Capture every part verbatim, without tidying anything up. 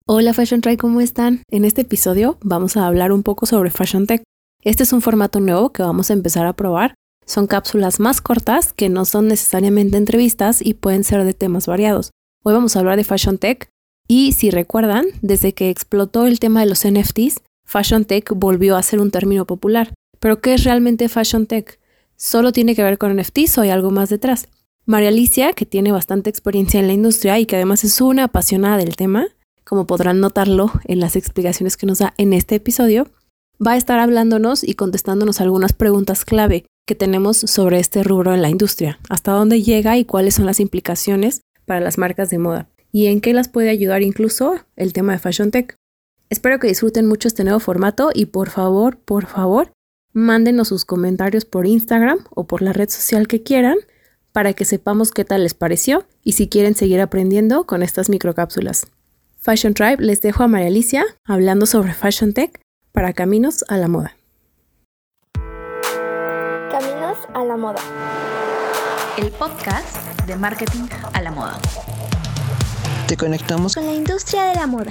Hola Fashion Tribe, ¿cómo están? En este episodio vamos a hablar un poco sobre Fashion Tech. Este es un formato nuevo que vamos a empezar a probar. Son cápsulas más cortas que no son necesariamente entrevistas y pueden ser de temas variados. Hoy vamos a hablar de Fashion Tech y si recuerdan, desde que explotó el tema de los N F Ts, Fashion Tech volvió a ser un término popular. ¿Pero qué es realmente Fashion Tech? ¿Solo tiene que ver con N F Ts o hay algo más detrás? María Alicia, que tiene bastante experiencia en la industria y que además es una apasionada del tema, como podrán notarlo en las explicaciones que nos da en este episodio, va a estar hablándonos y contestándonos algunas preguntas clave que tenemos sobre este rubro en la industria, hasta dónde llega y cuáles son las implicaciones para las marcas de moda y en qué las puede ayudar incluso el tema de Fashion Tech. Espero que disfruten mucho este nuevo formato y por favor, por favor, mándenos sus comentarios por Instagram o por la red social que quieran para que sepamos qué tal les pareció y si quieren seguir aprendiendo con estas microcápsulas. Fashion Tribe, les dejo a María Alicia hablando sobre Fashion Tech para Caminos a la Moda. Caminos a la Moda. El podcast de marketing a la moda. Te conectamos con la industria de la moda.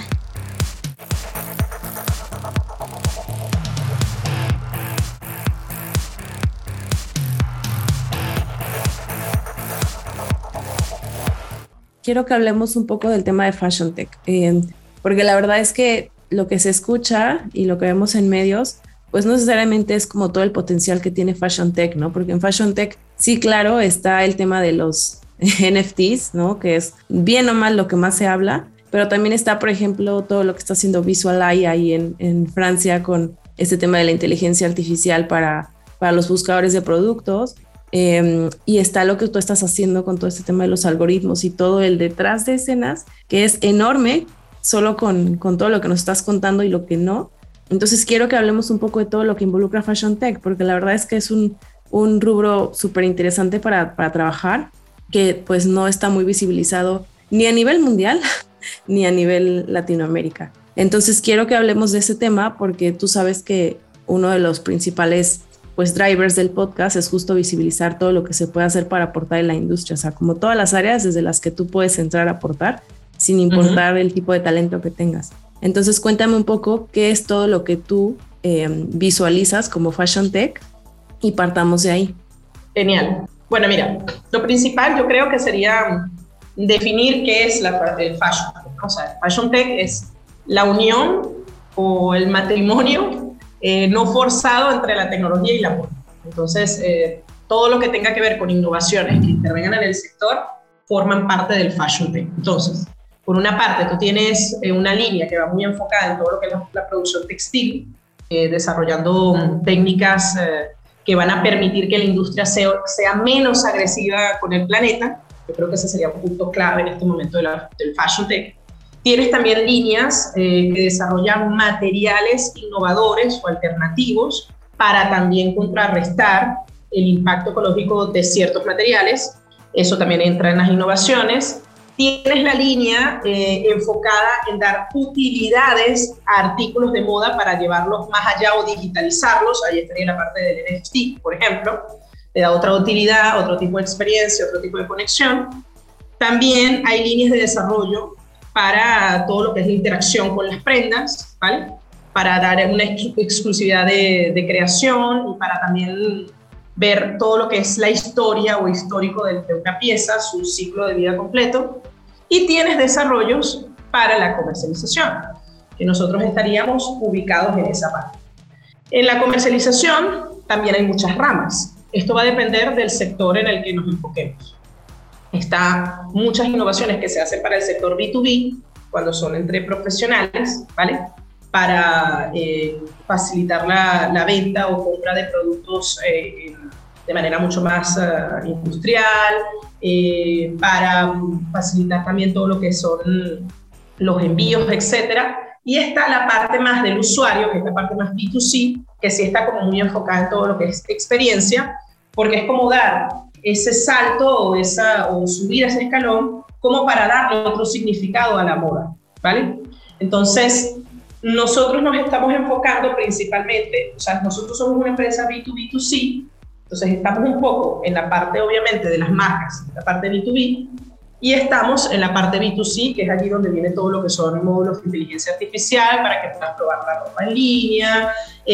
Quiero que hablemos un poco del tema de Fashion Tech, eh, porque la verdad es que lo que se escucha y lo que vemos en medios, pues no necesariamente es como todo el potencial que tiene Fashion Tech, ¿no? Porque en Fashion Tech, sí, claro, está el tema de los N F Ts, ¿no? Que es bien o mal lo que más se habla, pero también está, por ejemplo, todo lo que está haciendo Visual A I ahí en, en Francia con este tema de la inteligencia artificial para, para los buscadores de productos. Eh, y está lo que tú estás haciendo con todo este tema de los algoritmos y todo el detrás de escenas, que es enorme, solo con, con todo lo que nos estás contando y lo que no. Entonces quiero que hablemos un poco de todo lo que involucra Fashion Tech, porque la verdad es que es un, un rubro súper interesante para, para trabajar, que pues no está muy visibilizado ni a nivel mundial, ni a nivel Latinoamérica. Entonces quiero que hablemos de ese tema, porque tú sabes que uno de los principales pues drivers del podcast es justo visibilizar todo lo que se puede hacer para aportar en la industria, o sea, como todas las áreas desde las que tú puedes entrar a aportar, sin importar uh-huh. el tipo de talento que tengas. Entonces, cuéntame un poco qué es todo lo que tú eh, visualizas como Fashion Tech y partamos de ahí. Genial. Bueno, mira, lo principal yo creo que sería definir qué es la, el Fashion Tech. O sea, Fashion Tech es la unión o el matrimonio Eh, no forzado entre la tecnología y la moda. Entonces, eh, todo lo que tenga que ver con innovaciones que intervengan en el sector forman parte del Fashion Tech. Entonces, por una parte, tú tienes eh, una línea que va muy enfocada en todo lo que es la, la producción textil, eh, desarrollando um, técnicas eh, que van a permitir que la industria sea, sea menos agresiva con el planeta. Yo creo que ese sería un punto clave en este momento de la, del Fashion Tech. Tienes también líneas eh, que desarrollan materiales innovadores o alternativos para también contrarrestar el impacto ecológico de ciertos materiales. Eso también entra en las innovaciones. Tienes la línea eh, enfocada en dar utilidades a artículos de moda para llevarlos más allá o digitalizarlos. Ahí estaría la parte del N F T, por ejemplo. Le da otra utilidad, otro tipo de experiencia, otro tipo de conexión. También hay líneas de desarrollo para todo lo que es la interacción con las prendas, ¿vale? Para dar una ex- exclusividad de, de creación y para también ver todo lo que es la historia o histórico de, de una pieza, su ciclo de vida completo. Y tienes desarrollos para la comercialización, que nosotros estaríamos ubicados en esa parte. En la comercialización también hay muchas ramas. Esto va a depender del sector en el que nos enfoquemos. Está muchas innovaciones que se hacen para el sector B dos B, cuando son entre profesionales, ¿vale? Para eh, facilitar la, la venta o compra de productos eh, de manera mucho más uh, industrial, eh, para facilitar también todo lo que son los envíos, etcétera. Y está la parte más del usuario, que es la parte más B dos C, que sí está como muy enfocada en todo lo que es experiencia, porque es como dar ese salto o, esa, o subir ese escalón como para darle otro significado a la moda, ¿vale? Entonces, nosotros nos estamos enfocando principalmente, o sea, nosotros somos una empresa B dos B dos C, entonces estamos un poco en la parte, obviamente, de las marcas, la parte B dos B, Y estamos en la parte B dos C, que es allí donde viene todo lo que son módulos de inteligencia artificial para que puedas probar la ropa en línea,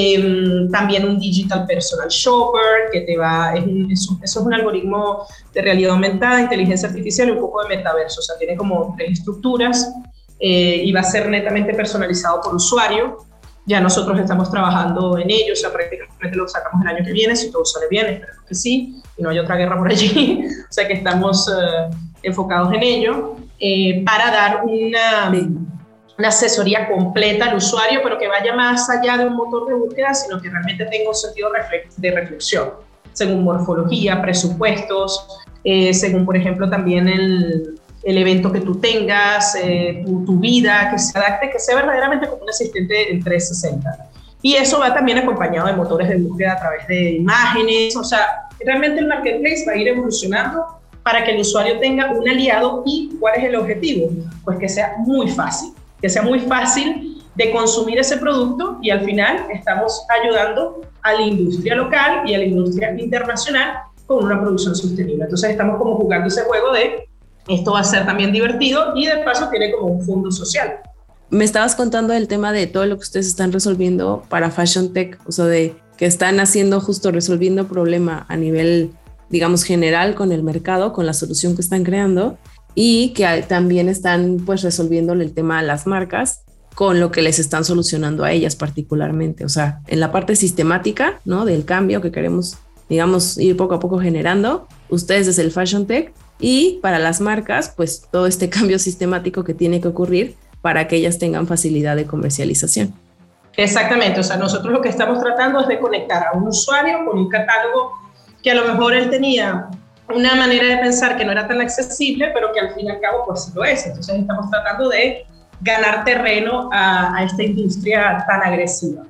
eh, también un Digital Personal Shopper, que te va, es un, es un, eso es un algoritmo de realidad aumentada, inteligencia artificial y un poco de metaverso, o sea, tiene como tres estructuras eh, y va a ser netamente personalizado por usuario. Ya nosotros estamos trabajando en ello, o sea, prácticamente lo sacamos el año que viene, si todo sale bien, espero que sí, y no hay otra guerra por allí, o sea que estamos eh, enfocados en ello, eh, para dar una, una asesoría completa al usuario, pero que vaya más allá de un motor de búsqueda, sino que realmente tenga un sentido de reflexión, según morfología, presupuestos, eh, según, por ejemplo, también el... el evento que tú tengas, eh, tu, tu vida, que se adapte, que sea verdaderamente como un asistente en trescientos sesenta. Y eso va también acompañado de motores de búsqueda a través de imágenes, o sea, realmente el marketplace va a ir evolucionando para que el usuario tenga un aliado. ¿Y cuál es el objetivo? Pues que sea muy fácil, que sea muy fácil de consumir ese producto, y al final estamos ayudando a la industria local y a la industria internacional con una producción sostenible. Entonces estamos como jugando ese juego de esto va a ser también divertido y de paso tiene como un fondo social. Me estabas contando el tema de todo lo que ustedes están resolviendo para Fashion Tech, o sea, de que están haciendo justo resolviendo problema a nivel, digamos, general con el mercado, con la solución que están creando, y que también están pues resolviéndole el tema a las marcas con lo que les están solucionando a ellas particularmente, o sea, en la parte sistemática, ¿no? Del cambio que queremos, digamos, ir poco a poco generando, ustedes desde el Fashion Tech. Y para las marcas, pues todo este cambio sistemático que tiene que ocurrir para que ellas tengan facilidad de comercialización. Exactamente, o sea, nosotros lo que estamos tratando es de conectar a un usuario con un catálogo que a lo mejor él tenía una manera de pensar que no era tan accesible, pero que al fin y al cabo pues sí lo es. Entonces estamos tratando de ganar terreno a, a esta industria tan agresiva.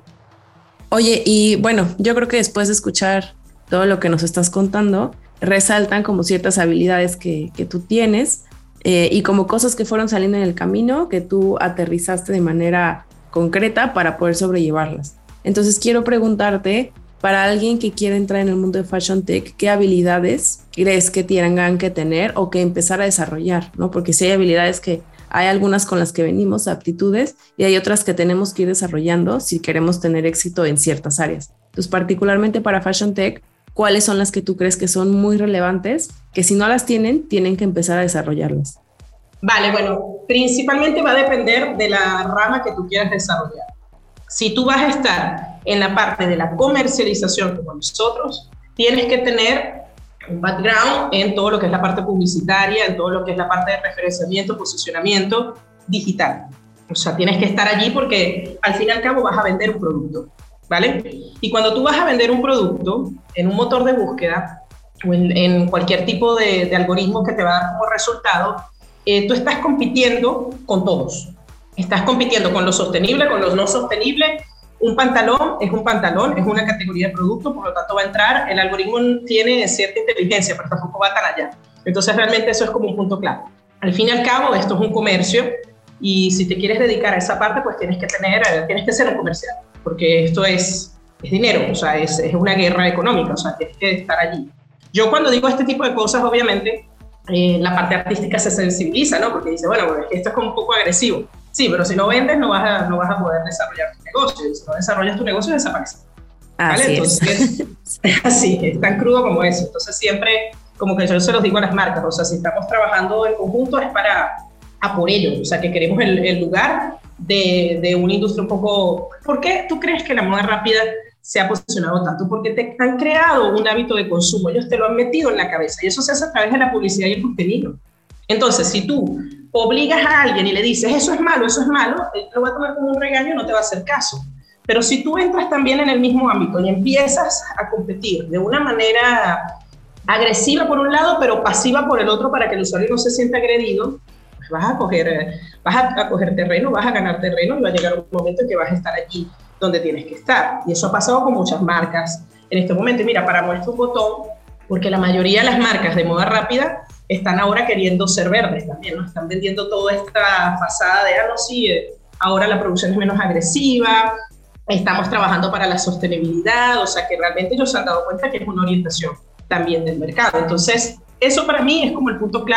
Oye, y bueno, yo creo que después de escuchar todo lo que nos estás contando, resaltan como ciertas habilidades que, que tú tienes eh, y como cosas que fueron saliendo en el camino que tú aterrizaste de manera concreta para poder sobrellevarlas. Entonces quiero preguntarte, para alguien que quiera entrar en el mundo de Fashion Tech, ¿qué habilidades crees que tengan que tener o que empezar a desarrollar, ¿no? Porque sí hay habilidades que hay algunas con las que venimos, aptitudes, y hay otras que tenemos que ir desarrollando si queremos tener éxito en ciertas áreas. Entonces, particularmente para Fashion Tech, ¿cuáles son las que tú crees que son muy relevantes, que si no las tienen, tienen que empezar a desarrollarlas? Vale, bueno, principalmente va a depender de la rama que tú quieras desarrollar. Si tú vas a estar en la parte de la comercialización como nosotros, tienes que tener un background en todo lo que es la parte publicitaria, en todo lo que es la parte de referenciamiento, posicionamiento digital. O sea, tienes que estar allí porque al fin y al cabo vas a vender un producto, ¿vale? Y cuando tú vas a vender un producto en un motor de búsqueda o en, en cualquier tipo de, de algoritmo que te va a dar como resultado, eh, tú estás compitiendo con todos. Estás compitiendo con lo sostenible, con lo no sostenible. Un pantalón es un pantalón, es una categoría de producto, por lo tanto va a entrar, el algoritmo tiene cierta inteligencia, pero tampoco va tan allá. Entonces realmente eso es como un punto clave. Al fin y al cabo, esto es un comercio y si te quieres dedicar a esa parte, pues tienes que tener, tienes que ser un comercial, porque esto es, es dinero, o sea, es, es una guerra económica, o sea, tienes que estar allí. Yo cuando digo este tipo de cosas, obviamente, eh, la parte artística se sensibiliza, ¿no? Porque dice, bueno, pues esto es como un poco agresivo. Sí, pero si no vendes, no vas a, no vas a poder desarrollar tu negocio. Y si no desarrollas tu negocio, desaparece. ¿Vale? Así Entonces, es así, es tan crudo como eso. Entonces, siempre, como que yo se los digo a las marcas, o sea, si estamos trabajando en conjunto es para, a por ello. O sea, que queremos el, el lugar de, de una industria un poco... ¿Por qué tú crees que la moda rápida se ha posicionado tanto? Porque te han creado un hábito de consumo, ellos te lo han metido en la cabeza y eso se hace a través de la publicidad y el contenido. Entonces, si tú obligas a alguien y le dices, eso es malo, eso es malo, él lo va a tomar como un regaño y no te va a hacer caso. Pero si tú entras también en el mismo ámbito y empiezas a competir de una manera agresiva por un lado, pero pasiva por el otro para que el usuario no se sienta agredido, pues vas a coger, vas a, a coger terreno, vas a ganar terreno y va a llegar un momento en que vas a estar allí donde tienes que estar. Y eso ha pasado con muchas marcas en este momento. Mira, para muestra un botón, porque la mayoría de las marcas de moda rápida están ahora queriendo ser verdes también, ¿no? Están vendiendo toda esta fachada de, ah, no, sí, eh, ahora la producción es menos agresiva, estamos trabajando para la sostenibilidad, o sea que realmente ellos se han dado cuenta que es una orientación también del mercado. Entonces, eso para mí es como el punto clave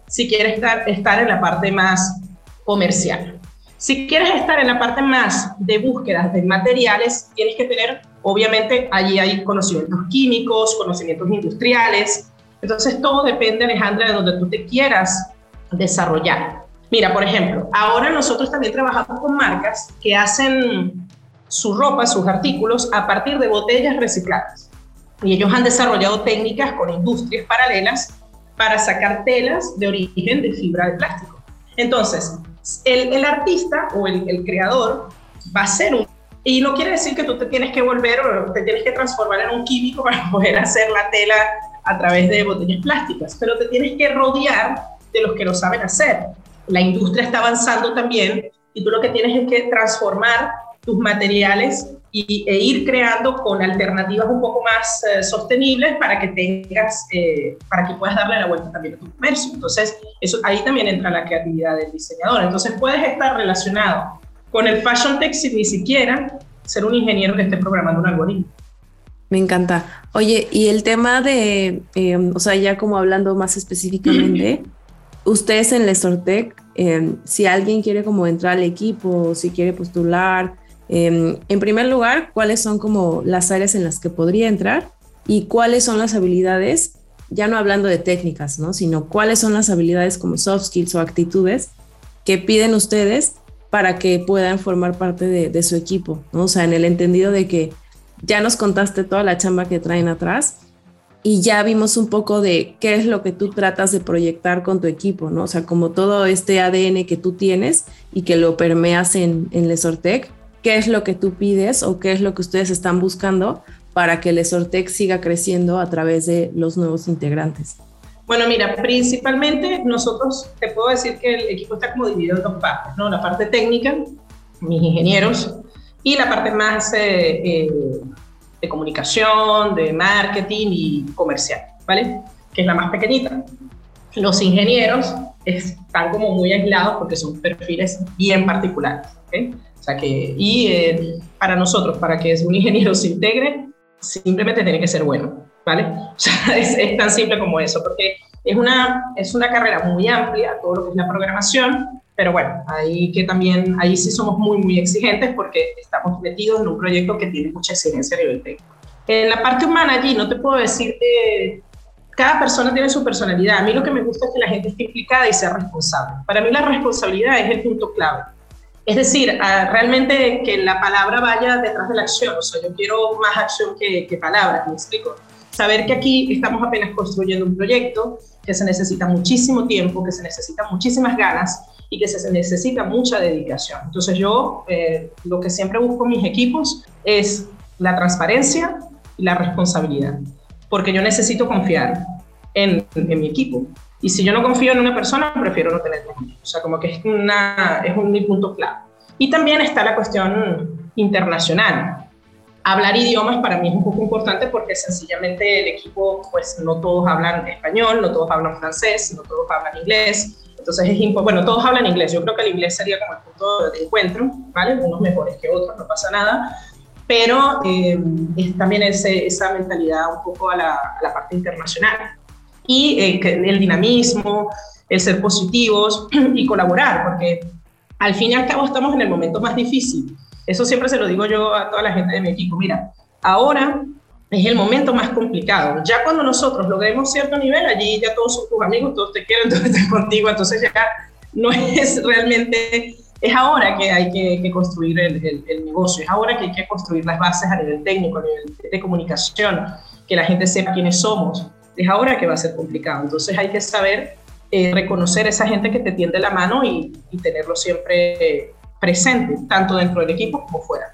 si quieres estar, estar en la parte más comercial. Si quieres estar en la parte más de búsquedas de materiales, tienes que tener, obviamente, allí hay conocimientos químicos, conocimientos industriales. Entonces, todo depende, Alejandra, de donde tú te quieras desarrollar. Mira, por ejemplo, ahora nosotros también trabajamos con marcas que hacen su ropa, sus artículos, a partir de botellas recicladas. Y ellos han desarrollado técnicas con industrias paralelas para sacar telas de origen de fibra de plástico. Entonces, el, el artista o el, el creador va a ser un... Y no quiere decir que tú te tienes que volver o te tienes que transformar en un químico para poder hacer la tela a través de botellas plásticas, pero te tienes que rodear de los que lo saben hacer. La industria está avanzando también y tú lo que tienes es que transformar tus materiales y, e ir creando con alternativas un poco más eh, sostenibles para que tengas, eh, para que puedas darle la vuelta también a tu comercio. Entonces, eso, ahí también entra la creatividad del diseñador. Entonces, puedes estar relacionado con el Fashion Tech sin ni siquiera ser un ingeniero que esté programando un algoritmo. Me encanta. Oye, y el tema de, eh, o sea, ya como hablando más específicamente, ustedes en Lesortec, eh, si alguien quiere como entrar al equipo, si quiere postular, eh, en primer lugar, ¿cuáles son como las áreas en las que podría entrar y cuáles son las habilidades, ya no hablando de técnicas, ¿no? Sino cuáles son las habilidades como soft skills o actitudes que piden ustedes para que puedan formar parte de, de su equipo, ¿no? O sea, en el entendido de que ya nos contaste toda la chamba que traen atrás y ya vimos un poco de qué es lo que tú tratas de proyectar con tu equipo, ¿no? O sea, como todo este A D N que tú tienes y que lo permeas en, en Lesortec, ¿qué es lo que tú pides o qué es lo que ustedes están buscando para que Lesortec siga creciendo a través de los nuevos integrantes? Bueno, mira, principalmente nosotros, te puedo decir que el equipo está como dividido en dos partes, ¿no? La parte técnica, mis ingenieros, y la parte más eh, eh, de comunicación, de marketing y comercial, ¿vale? Que es la más pequeñita. Los ingenieros están como muy aislados porque son perfiles bien particulares, ¿ok? O sea que, y eh, para nosotros, para que un ingeniero se integre, simplemente tiene que ser bueno, ¿vale? O sea, es, es tan simple como eso, porque es una, es una carrera muy amplia, todo lo que es la programación, pero bueno, ahí, que también, ahí sí somos muy, muy exigentes porque estamos metidos en un proyecto que tiene mucha exigencia a nivel técnico. En la parte humana allí no te puedo decir que cada persona tiene su personalidad. A mí lo que me gusta es que la gente esté implicada y sea responsable. Para mí la responsabilidad es el punto clave. Es decir, uh, realmente que la palabra vaya detrás de la acción. O sea, yo quiero más acción que, que palabras, ¿me explico? Saber que aquí estamos apenas construyendo un proyecto, que se necesita muchísimo tiempo, que se necesitan muchísimas ganas y que se necesita mucha dedicación. Entonces yo eh, lo que siempre busco en mis equipos es la transparencia y la responsabilidad, porque yo necesito confiar en, en mi equipo. Y si yo no confío en una persona, prefiero no tenerla. O sea, como que es, una, es un punto clave. Y también está la cuestión internacional. Hablar idiomas para mí es un poco importante porque sencillamente el equipo, pues no todos hablan español, no todos hablan francés, no todos hablan inglés. Entonces es importante, bueno, todos hablan inglés. Yo creo que el inglés sería como el punto de encuentro, ¿vale? Unos mejores que otros, no pasa nada. Pero eh, es también ese, esa mentalidad un poco a la, a la parte internacional. Y eh, el dinamismo, el ser positivos y colaborar, porque al fin y al cabo estamos en el momento más difícil. Eso siempre se lo digo yo a toda la gente de mi equipo. Mira, ahora es el momento más complicado. Ya cuando nosotros logremos cierto nivel, allí ya todos son tus amigos, todos te quieren, todos están contigo, entonces ya no es realmente... Es ahora que hay que, que construir el, el, el negocio, es ahora que hay que construir las bases a nivel técnico, a nivel de comunicación, que la gente sepa quiénes somos. Es ahora que va a ser complicado. Entonces hay que saber eh, reconocer a esa gente que te tiende la mano y, y tenerlo siempre eh, presente, tanto dentro del equipo como fuera.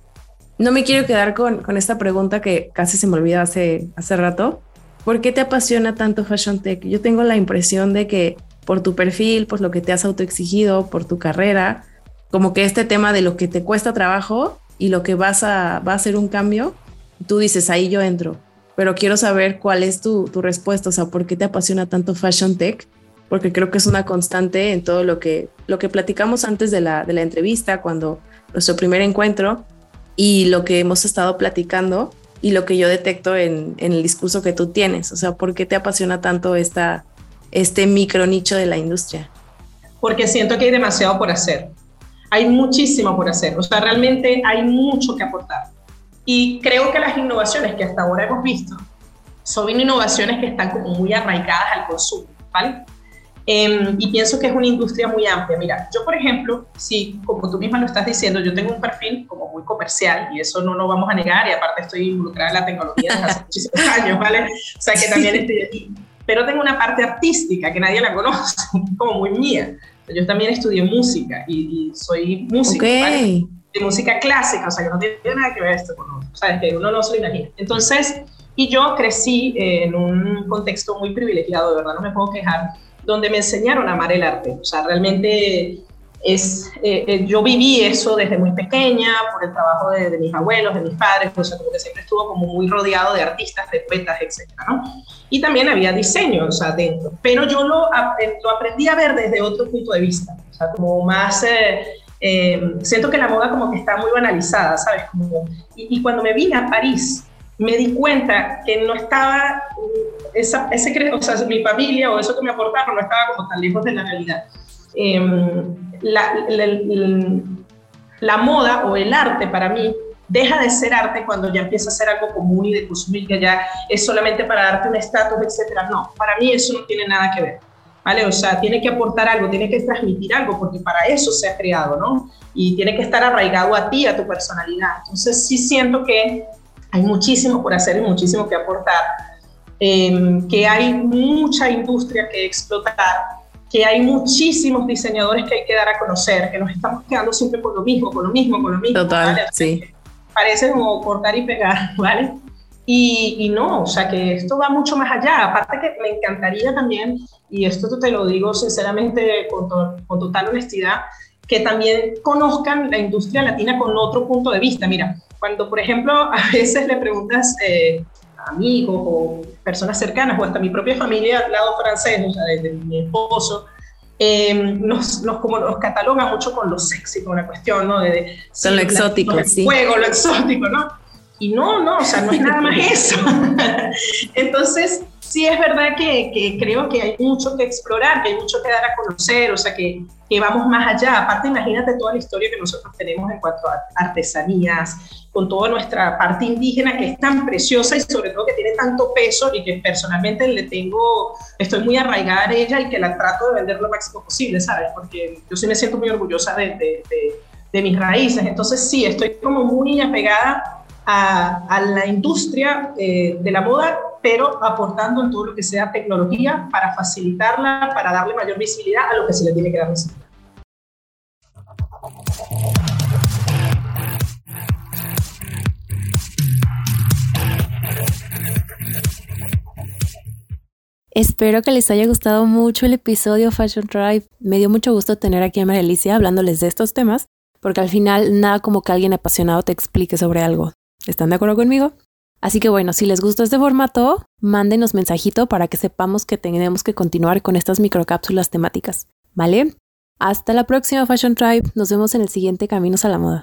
No me quiero quedar con, con esta pregunta que casi se me olvidó hace, hace rato. ¿Por qué te apasiona tanto Fashion Tech? Yo tengo la impresión de que por tu perfil, por lo que te has autoexigido, por tu carrera, como que este tema de lo que te cuesta trabajo y lo que vas a, va a ser un cambio, tú dices, ahí yo entro. Pero quiero saber cuál es tu, tu respuesta, o sea, ¿por qué te apasiona tanto Fashion Tech? Porque creo que es una constante en todo lo que, lo que platicamos antes de la, de la entrevista, cuando nuestro primer encuentro, y lo que hemos estado platicando, y lo que yo detecto en, en el discurso que tú tienes. O sea, ¿por qué te apasiona tanto esta, este micro nicho de la industria? Porque siento que hay demasiado por hacer. Hay muchísimo por hacer. O sea, realmente hay mucho que aportar. Y creo que las innovaciones que hasta ahora hemos visto son innovaciones que están como muy arraigadas al consumo, ¿vale? Eh, y pienso que es una industria muy amplia. Mira, yo, por ejemplo, sí, como tú misma lo estás diciendo, yo tengo un perfil como muy comercial y eso no lo vamos a negar, y aparte estoy involucrada en la tecnología desde hace muchísimos años, ¿vale? O sea, que también estoy aquí. Pero tengo una parte artística que nadie la conoce, como muy mía. Yo también estudié música y, y soy músico, okay. ¿vale? De música clásica, o sea, que no tiene nada que ver esto con nosotros, ¿sabes? Que uno no se lo imagina. Entonces, y yo crecí eh, en un contexto muy privilegiado, de verdad, no me puedo quejar, donde me enseñaron a amar el arte. O sea, realmente es, eh, eh, yo viví eso desde muy pequeña, por el trabajo de, de mis abuelos, de mis padres, o sea, como que siempre estuvo como muy rodeado de artistas, de poetas, etcétera, ¿no? Y también había diseño, o sea, dentro. Pero yo lo, lo aprendí a ver desde otro punto de vista, o sea, como más... Eh, eh, siento que la moda como que está muy banalizada, ¿sabes? Como, y, y cuando me vine a París, me di cuenta que no estaba, esa, ese, o sea, mi familia o eso que me aportaron no estaba como tan lejos de la realidad. Eh, la, la, la, la moda o el arte para mí deja de ser arte cuando ya empieza a ser algo común y de consumir, que ya es solamente para darte un estatus, etcétera. No, para mí eso no tiene nada que ver, ¿vale? O sea, tiene que aportar algo, tiene que transmitir algo, porque para eso se ha creado, ¿no? Y tiene que estar arraigado a ti, a tu personalidad. Entonces sí siento que hay muchísimo por hacer y muchísimo que aportar, eh, que hay mucha industria que explotar, que hay muchísimos diseñadores que hay que dar a conocer, que nos estamos quedando siempre con lo mismo, con lo mismo, con lo mismo. Total, ¿vale? sí. Parece como cortar y pegar, ¿vale? Y, y no, o sea, que esto va mucho más allá. Aparte que me encantaría también, y esto te lo digo sinceramente con, to, con total honestidad, que también conozcan la industria latina con otro punto de vista. Mira, cuando, por ejemplo, a veces le preguntas eh, a amigos o personas cercanas o hasta mi propia familia al lado francés, o sea, de, de mi esposo, eh, nos, nos, como nos cataloga mucho con lo sexy, con la cuestión, ¿no? De, de, con sí, lo exótico, la, sí. El juego, lo exótico, ¿no? Y no, no, o sea, no es nada más eso. Entonces, sí es verdad que, que creo que hay mucho que explorar, que hay mucho que dar a conocer, o sea, que, que vamos más allá. Aparte, imagínate toda la historia que nosotros tenemos en cuanto a artesanías, con toda nuestra parte indígena que es tan preciosa y sobre todo que tiene tanto peso y que personalmente le tengo, estoy muy arraigada a ella y que la trato de vender lo máximo posible, ¿sabes? Porque yo sí me siento muy orgullosa de, de, de, de mis raíces. Entonces, sí, estoy como muy apegada A, a la industria eh, de la moda, pero aportando en todo lo que sea tecnología para facilitarla, para darle mayor visibilidad a lo que se le tiene que dar visibilidad. Espero que les haya gustado mucho el episodio Fashion Tribe. Me dio mucho gusto tener aquí a María Alicia hablándoles de estos temas, porque al final nada como que alguien apasionado te explique sobre algo. ¿Están de acuerdo conmigo? Así que bueno, si les gustó este formato, mándenos mensajito para que sepamos que tenemos que continuar con estas microcápsulas temáticas, ¿vale? Hasta la próxima Fashion Tribe. Nos vemos en el siguiente Caminos a la Moda.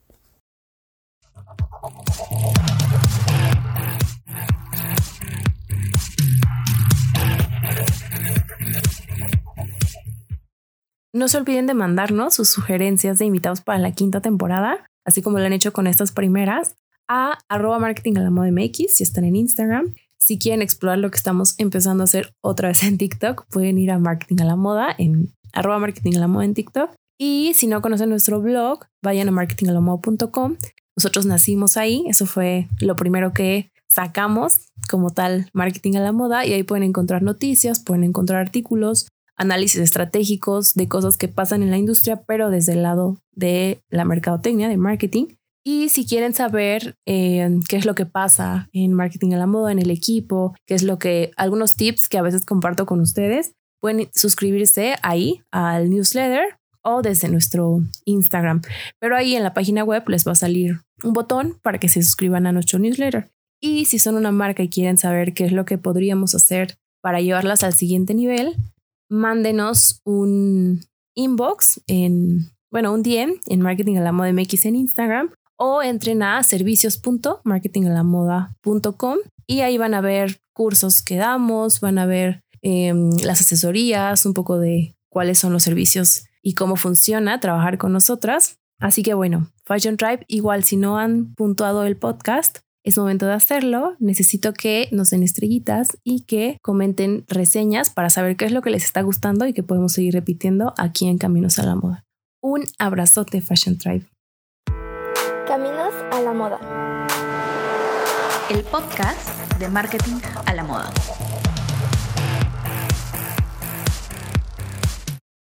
No se olviden de mandarnos sus sugerencias de invitados para la quinta temporada, así como lo han hecho con estas primeras, a arroba marketing a la moda mx si están en Instagram. Si quieren explorar lo que estamos empezando a hacer otra vez en TikTok, pueden ir a marketing a la moda en arroba marketing a la moda en TikTok. Y si no conocen nuestro blog, vayan a marketing a la moda punto com. Nosotros nacimos ahí, eso fue lo primero que sacamos como tal, marketing a la moda, y ahí pueden encontrar noticias, pueden encontrar artículos, análisis estratégicos de cosas que pasan en la industria, pero desde el lado de la mercadotecnia, de marketing. Y si quieren saber eh, qué es lo que pasa en marketing a la moda, en el equipo, qué es lo que, algunos tips que a veces comparto con ustedes, pueden suscribirse ahí al newsletter o desde nuestro Instagram. Pero ahí en la página web les va a salir un botón para que se suscriban a nuestro newsletter. Y si son una marca y quieren saber qué es lo que podríamos hacer para llevarlas al siguiente nivel, mándenos un inbox en, bueno, un D M en Marketing a la Moda M X en Instagram, o entren a servicios punto marketing a la moda punto com y ahí van a ver cursos que damos, van a ver eh, las asesorías, un poco de cuáles son los servicios y cómo funciona trabajar con nosotras. Así que bueno, Fashion Tribe, igual si no han puntuado el podcast, es momento de hacerlo. Necesito que nos den estrellitas y que comenten reseñas para saber qué es lo que les está gustando y que podemos seguir repitiendo aquí en Caminos a la Moda. Un abrazote, Fashion Tribe. Caminos a la Moda. El podcast de marketing a la moda.